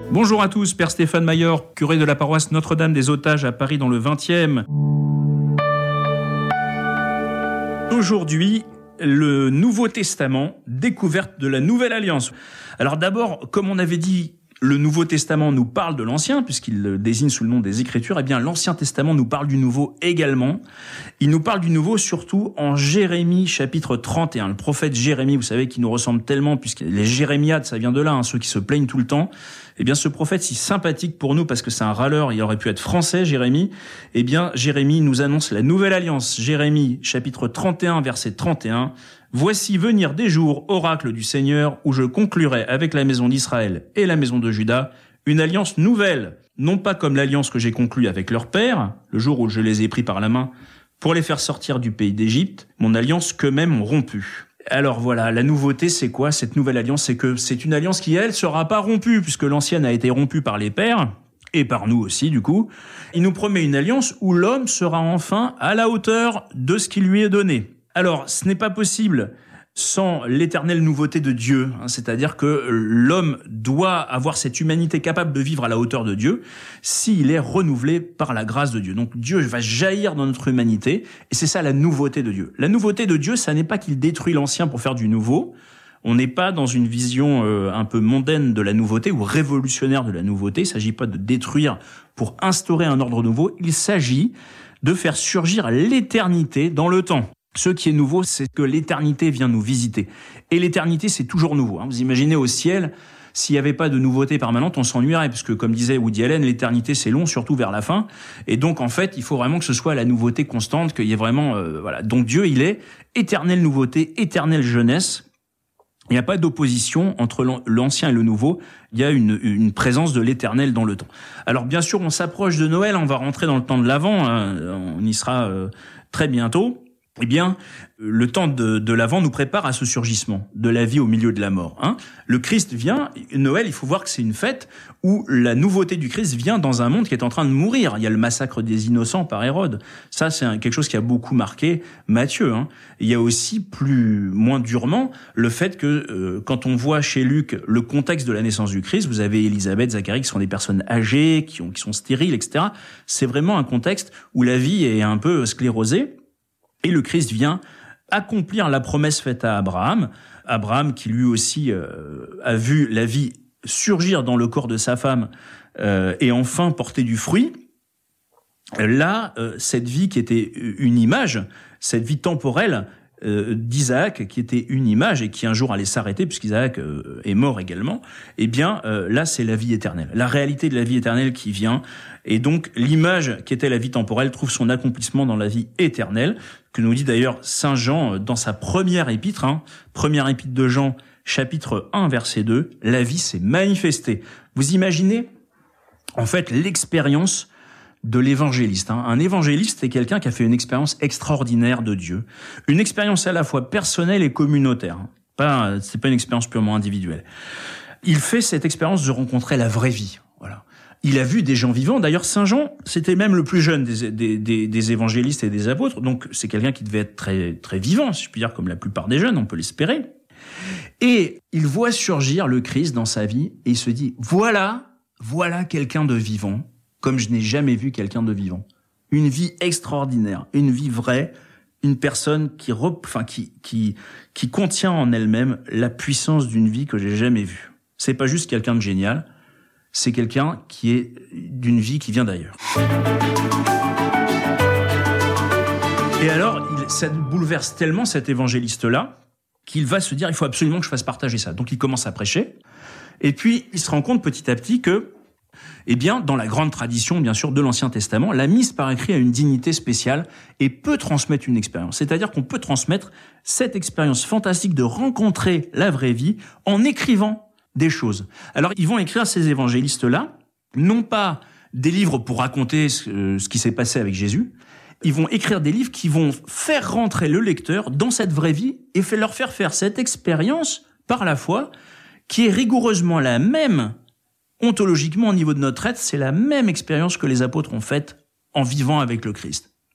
Bonjour à tous, Père Stéphane Maillard, curé de la paroisse Notre-Dame des Otages à Paris dans le 20e. Aujourd'hui, le Nouveau Testament, découverte de la Nouvelle Alliance. Alors d'abord, comme on avait dit, le Nouveau Testament nous parle de l'Ancien, puisqu'il le désigne sous le nom des Écritures. Eh bien, l'Ancien Testament nous parle du Nouveau également. Il nous parle du Nouveau surtout en Jérémie, chapitre 31. Le prophète Jérémie, vous savez, qui nous ressemble tellement, puisque les Jérémiades, ça vient de là, ceux qui se plaignent tout le temps. Eh bien, ce prophète si sympathique pour nous, parce que c'est un râleur, il aurait pu être français, Jérémie. Eh bien, Jérémie nous annonce la Nouvelle Alliance. Jérémie, chapitre 31, verset 31. Voici venir des jours, oracle du Seigneur, où je conclurai avec la maison d'Israël et la maison de Juda une alliance nouvelle, non pas comme l'alliance que j'ai conclue avec leur père, le jour où je les ai pris par la main, pour les faire sortir du pays d'Égypte, mon alliance qu'eux-mêmes ont rompue. Alors voilà, la nouveauté, c'est quoi cette nouvelle alliance? C'est que c'est une alliance qui, elle, sera pas rompue, puisque l'ancienne a été rompue par les pères, et par nous aussi, du coup. Il nous promet une alliance où l'homme sera enfin à la hauteur de ce qui lui est donné. Alors, ce n'est pas possible sans l'éternelle nouveauté de Dieu, c'est-à-dire que l'homme doit avoir cette humanité capable de vivre à la hauteur de Dieu s'il est renouvelé par la grâce de Dieu. Donc Dieu va jaillir dans notre humanité, et c'est ça la nouveauté de Dieu. La nouveauté de Dieu, ça n'est pas qu'il détruit l'ancien pour faire du nouveau. On n'est pas dans une vision un peu mondaine de la nouveauté ou révolutionnaire de la nouveauté. Il ne s'agit pas de détruire pour instaurer un ordre nouveau. Il s'agit de faire surgir l'éternité dans le temps. Ce qui est nouveau, c'est que l'éternité vient nous visiter. Et l'éternité, c'est toujours nouveau. Vous imaginez au ciel, s'il n'y avait pas de nouveauté permanente, on s'ennuierait, puisque comme disait Woody Allen, l'éternité, c'est long, surtout vers la fin. Et donc, en fait, il faut vraiment que ce soit la nouveauté constante, qu'il y ait vraiment... voilà. Donc Dieu, il est éternelle nouveauté, éternelle jeunesse. Il n'y a pas d'opposition entre l'ancien et le nouveau. Il y a une présence de l'éternel dans le temps. Alors, bien sûr, on s'approche de Noël, on va rentrer dans le temps de l'Avent, on y sera très bientôt. Eh bien, le temps de l'Avent nous prépare à ce surgissement de la vie au milieu de la mort. Le Christ vient, Noël, il faut voir que c'est une fête où la nouveauté du Christ vient dans un monde qui est en train de mourir. Il y a le massacre des innocents par Hérode. Ça, c'est quelque chose qui a beaucoup marqué Matthieu. Il y a aussi moins durement le fait que quand on voit chez Luc le contexte de la naissance du Christ, vous avez Élisabeth, Zacharie qui sont des personnes âgées, qui sont stériles, etc. C'est vraiment un contexte où la vie est un peu sclérosée. Et le Christ vient accomplir la promesse faite à Abraham. Abraham qui lui aussi a vu la vie surgir dans le corps de sa femme et enfin porter du fruit. Là, cette vie qui était une image, cette vie temporelle d'Isaac qui était une image et qui un jour allait s'arrêter puisqu'Isaac est mort également, eh bien là c'est la vie éternelle, la réalité de la vie éternelle qui vient, et donc l'image qui était la vie temporelle trouve son accomplissement dans la vie éternelle, que nous dit d'ailleurs Saint Jean dans sa première épître, première épître de Jean, chapitre 1, verset 2, la vie s'est manifestée. Vous imaginez en fait l'expérience de l'évangéliste. Un évangéliste, c'est quelqu'un qui a fait une expérience extraordinaire de Dieu. Une expérience à la fois personnelle et communautaire. C'est pas une expérience purement individuelle. Il fait cette expérience de rencontrer la vraie vie. Voilà. Il a vu des gens vivants. D'ailleurs, Saint Jean, c'était même le plus jeune des évangélistes et des apôtres. Donc, c'est quelqu'un qui devait être très, très vivant, si je puis dire, comme la plupart des jeunes, on peut l'espérer. Et il voit surgir le Christ dans sa vie et il se dit, voilà quelqu'un de vivant, comme je n'ai jamais vu quelqu'un de vivant. Une vie extraordinaire, une vie vraie, une personne qui contient en elle-même la puissance d'une vie que j'ai jamais vue. C'est pas juste quelqu'un de génial, c'est quelqu'un qui est d'une vie qui vient d'ailleurs. Et alors, ça bouleverse tellement cet évangéliste-là qu'il va se dire, il faut absolument que je fasse partager ça. Donc il commence à prêcher, et puis il se rend compte petit à petit que eh bien, dans la grande tradition, bien sûr, de l'Ancien Testament, la mise par écrit a une dignité spéciale et peut transmettre une expérience. C'est-à-dire qu'on peut transmettre cette expérience fantastique de rencontrer la vraie vie en écrivant des choses. Alors, ils vont écrire, ces évangélistes-là, non pas des livres pour raconter ce qui s'est passé avec Jésus, ils vont écrire des livres qui vont faire rentrer le lecteur dans cette vraie vie et leur faire cette expérience par la foi qui est rigoureusement la même. Ontologiquement, au niveau de notre être, c'est la même expérience que les apôtres ont faite en vivant avec le Christ.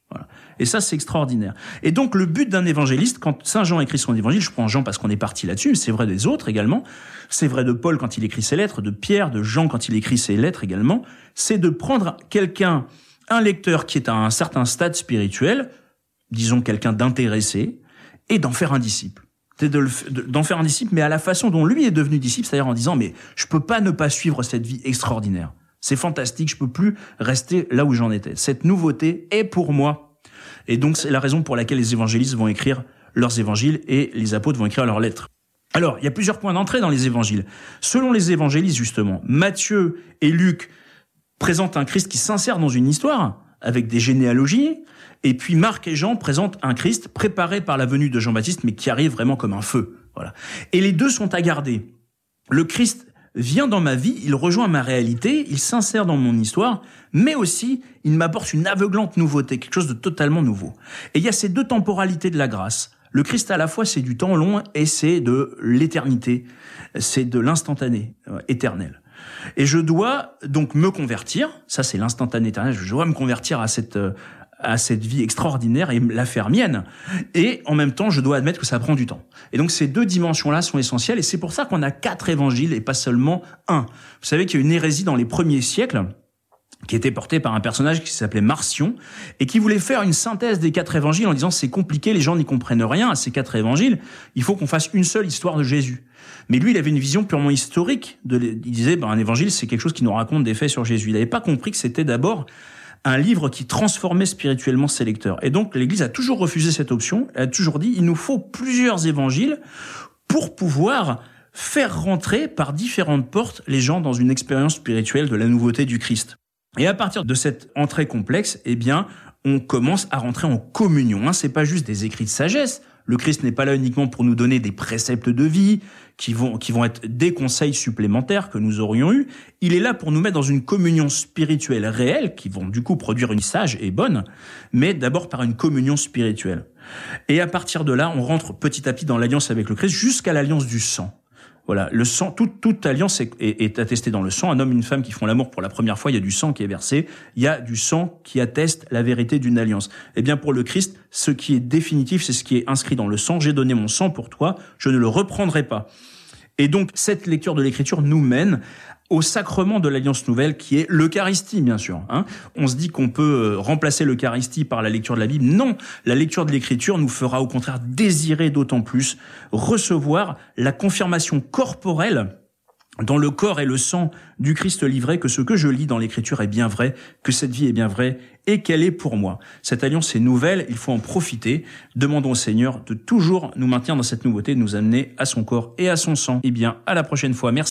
Voilà. Et ça, c'est extraordinaire. Et donc, le but d'un évangéliste, quand Saint Jean écrit son évangile, je prends Jean parce qu'on est parti là-dessus, mais c'est vrai des autres également, c'est vrai de Paul quand il écrit ses lettres, de Pierre, de Jean quand il écrit ses lettres également, c'est de prendre quelqu'un, un lecteur qui est à un certain stade spirituel, disons quelqu'un d'intéressé, et d'en faire un disciple. C'est d'en faire un disciple, mais à la façon dont lui est devenu disciple, c'est-à-dire en disant, mais je peux pas ne pas suivre cette vie extraordinaire. C'est fantastique, je peux plus rester là où j'en étais. Cette nouveauté est pour moi. Et donc, c'est la raison pour laquelle les évangélistes vont écrire leurs évangiles et les apôtres vont écrire leurs lettres. Alors, il y a plusieurs points d'entrée dans les évangiles. Selon les évangélistes, justement, Matthieu et Luc présentent un Christ qui s'insère dans une histoire, avec des généalogies, et puis Marc et Jean présentent un Christ préparé par la venue de Jean-Baptiste, mais qui arrive vraiment comme un feu. Voilà. Et les deux sont à garder. Le Christ vient dans ma vie, il rejoint ma réalité, il s'insère dans mon histoire, mais aussi, il m'apporte une aveuglante nouveauté, quelque chose de totalement nouveau. Et il y a ces deux temporalités de la grâce. Le Christ, à la fois, c'est du temps long et c'est de l'éternité, c'est de l'instantané, éternel. Et je dois donc me convertir, ça c'est l'instantané éternel, je dois me convertir à cette vie extraordinaire et la faire mienne. Et en même temps, je dois admettre que ça prend du temps. Et donc, ces deux dimensions-là sont essentielles. Et c'est pour ça qu'on a 4 évangiles et pas seulement un. Vous savez qu'il y a une hérésie dans les premiers siècles qui était portée par un personnage qui s'appelait Marcion et qui voulait faire une synthèse des 4 évangiles en disant c'est compliqué, les gens n'y comprennent rien à ces 4 évangiles. Il faut qu'on fasse une seule histoire de Jésus. Mais lui, il avait une vision purement historique. Il disait, un évangile, c'est quelque chose qui nous raconte des faits sur Jésus. Il n'avait pas compris que c'était d'abord un livre qui transformait spirituellement ses lecteurs. Et donc, l'Église a toujours refusé cette option. Elle a toujours dit, il nous faut plusieurs évangiles pour pouvoir faire rentrer par différentes portes les gens dans une expérience spirituelle de la nouveauté du Christ. Et à partir de cette entrée complexe, on commence à rentrer en communion. C'est pas juste des écrits de sagesse. Le Christ n'est pas là uniquement pour nous donner des préceptes de vie qui vont être des conseils supplémentaires que nous aurions eus. Il est là pour nous mettre dans une communion spirituelle réelle qui vont du coup produire une sage et bonne, mais d'abord par une communion spirituelle. Et à partir de là, on rentre petit à petit dans l'alliance avec le Christ jusqu'à l'alliance du sang. Voilà, le sang, toute alliance est attestée dans le sang. Un homme et une femme qui font l'amour pour la première fois, il y a du sang qui est versé. Il y a du sang qui atteste la vérité d'une alliance. Eh bien, pour le Christ, ce qui est définitif, c'est ce qui est inscrit dans le sang. J'ai donné mon sang pour toi, je ne le reprendrai pas. Et donc, cette lecture de l'Écriture nous mène au sacrement de l'Alliance nouvelle qui est l'Eucharistie, bien sûr. On se dit qu'on peut remplacer l'Eucharistie par la lecture de la Bible. Non, la lecture de l'Écriture nous fera au contraire désirer d'autant plus recevoir la confirmation corporelle dans le corps et le sang du Christ livré que ce que je lis dans l'Écriture est bien vrai, que cette vie est bien vraie et qu'elle est pour moi. Cette alliance est nouvelle, il faut en profiter. Demandons au Seigneur de toujours nous maintenir dans cette nouveauté, de nous amener à son corps et à son sang. Eh bien, à la prochaine fois. Merci.